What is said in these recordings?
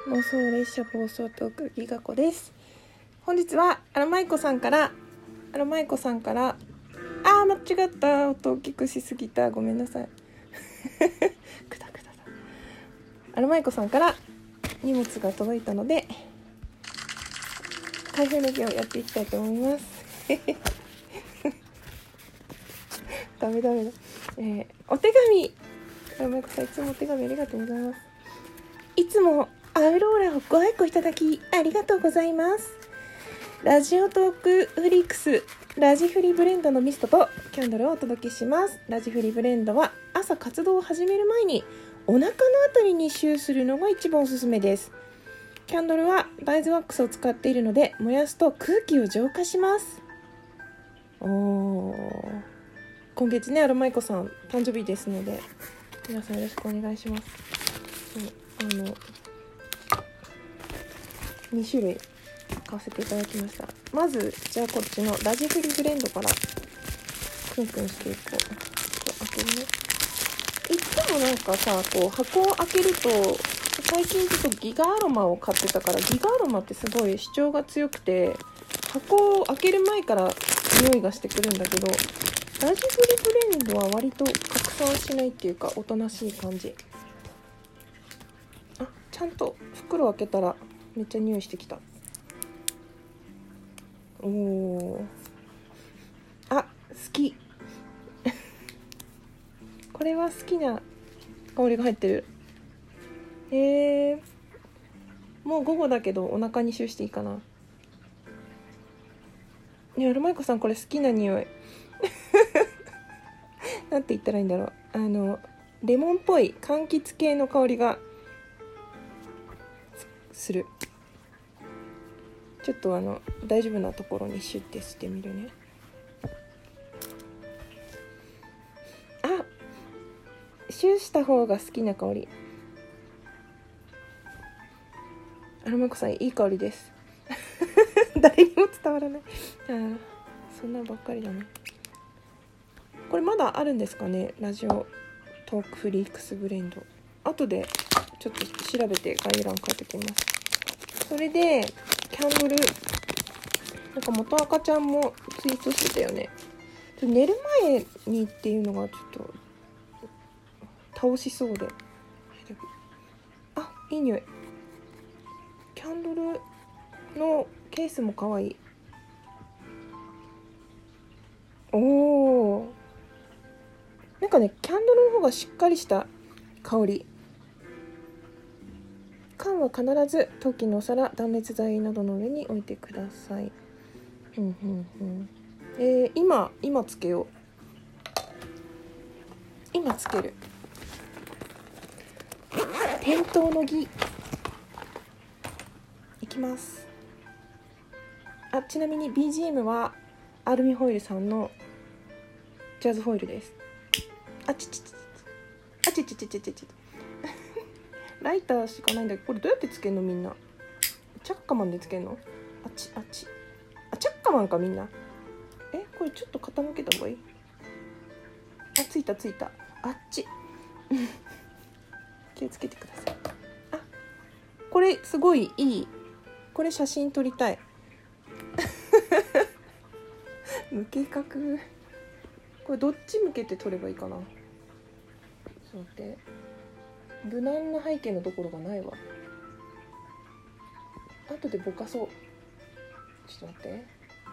妄想列車暴走トークギガ子です。本日はアロマイコさんから間違った音大きくしすぎた、ごめんなさいくだくだだ。アロマイコさんから荷物が届いたので開封の儀をやっていきたいと思いますダメだ、お手紙、アロマイコさんいつもお手紙ありがとうございます。いつもアウローラをご愛顧いただきありがとうございます。ラジオトークフリックスラジフリブレンドのミストとキャンドルをお届けします。ラジフリブレンドは朝活動を始める前にお腹のあたりにシューするのが一番おすすめです。キャンドルは大豆ワックスを使っているので燃やすと空気を浄化します。今月ね、アロマイコさん誕生日ですので皆さんよろしくお願いします。2種類買わせていただきました。まずじゃあこっちのラジフリブレンドからクンクンしていこう。ちょっと開けるね。いつもなんかさ、こう箱を開けると、最近ちょっとギガアロマを買ってたから、ギガアロマってすごい主張が強くて箱を開ける前から匂いがしてくるんだけど、ラジフリブレンドは割と拡散しないっていうか、おとなしい感じ。ちゃんと袋開けたらめっちゃ匂いしてきた。好きこれは好きな香りが入ってる。もう午後だけどお腹にシューしていいかな。アロマイコさんこれ好きな匂いなんて言ったらいいんだろう。レモンっぽい柑橘系の香りがする。ちょっと大丈夫なところにシュッてしてみるね。シュッした方が好きな香り。アロマイコさんいい香りです誰にも伝わらない。そんなばっかりだね。これまだあるんですかね、ラジオトークフリークスブレンド。後でちょっと調べて概要欄書いてきます。それでキャンドル、なんか元赤ちゃんもツイートしてたよね。寝る前にっていうのがちょっと倒しそうで。いい匂い。キャンドルのケースもかわいい。なんかね、キャンドルの方がしっかりした香り。缶は必ず陶器のお皿、断熱材などの上に置いてください。今つけよう。今つける。点灯の儀いきます。ちなみに BGM はアルミホイルさんのジャズホイルです。ライターしかないんだけど、これどうやってつけんのみんな。チャッカマンでつけんの。チャッカマンかみんな。これちょっと傾けた方がいい。ついたあっち気をつけてください。これすごいいい。これ写真撮りたい無計画。これどっち向けて撮ればいいかな。ちょっと待って、無難な背景のところがないわ。後でぼかそう。ちょっと待って。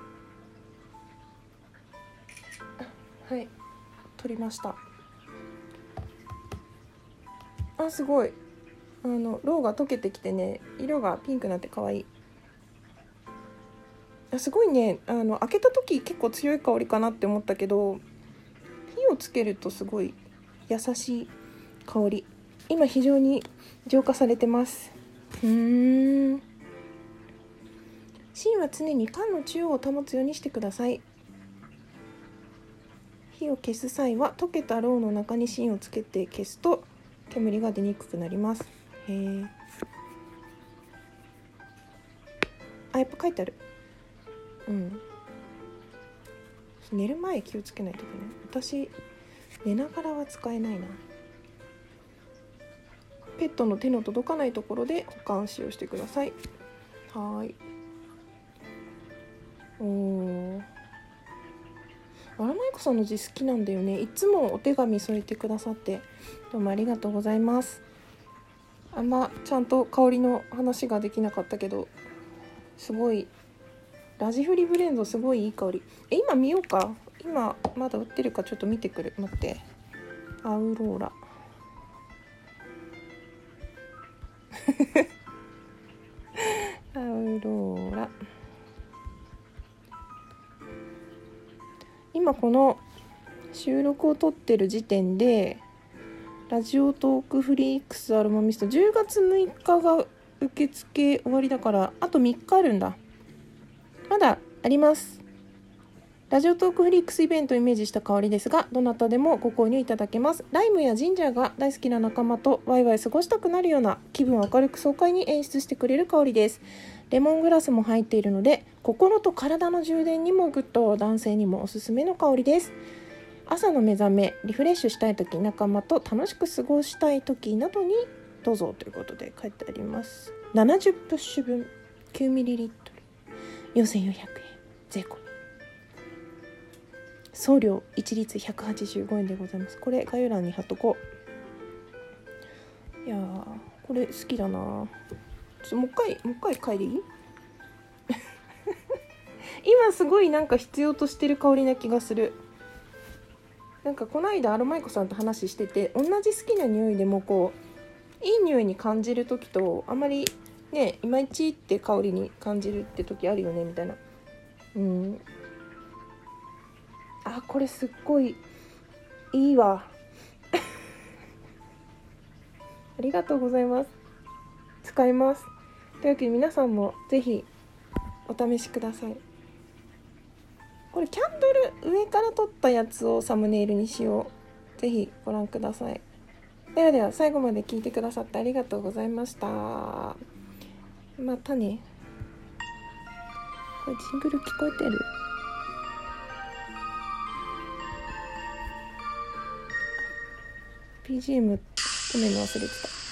はい、撮りました。すごい。ろうが溶けてきてね、色がピンクになって可愛い。すごいね。開けた時結構強い香りかなって思ったけど、火をつけるとすごい優しい香り。今非常に浄化されてます。芯は常に缶の中央を保つようにしてください。火を消す際は溶けたろうの中に芯をつけて消すと煙が出にくくなります。やっぱ書いてある。寝る前気をつけないとね。私寝ながらは使えないな。 ペットの手の届かないところで保管使用してください。はい。荒舞子さんの字好きなんだよね。いつもお手紙添えてくださってどうもありがとうございます。あんまちゃんと香りの話ができなかったけど、すごいラジフリブレンドすごいいい香り。今見ようか。今まだ売ってるかちょっと見てくる。待って。アウローラアウローラ。今この収録を撮ってる時点でラジオトークフリークスアロマミスト10月6日が受付終わりだから、あと3日あるんだ。まだあります。ラジオトークフリークスイベントをイメージした香りですが、どなたでもご購入いただけます。ライムやジンジャーが大好きな仲間とワイワイ過ごしたくなるような気分を明るく爽快に演出してくれる香りです。レモングラスも入っているので、心と体の充電にもグッと、男性にもおすすめの香りです。朝の目覚め、リフレッシュしたいとき、仲間と楽しく過ごしたいときなどにどうぞということで書いてあります。70プッシュ分 9ml 4400円税込み、送料一律185円でございます。これ概要欄に貼っとこう。いやー、これ好きだな。もう一回嗅いでいい今すごいなんか必要としてる香りな気がする。なんかこの間アロマイコさんと話してて、同じ好きな匂いでもこういい匂いに感じる時と、あまりねいまいちって香りに感じるって時あるよねみたいな。あ、これすっごいいいわありがとうございます。使います。というわけで皆さんもぜひお試しください。これキャンドル上から撮ったやつをサムネイルにしよう。ぜひご覧ください。ではでは、最後まで聞いてくださってありがとうございました。またね。これジングル聞こえてる？BGM 止めるの忘れてた。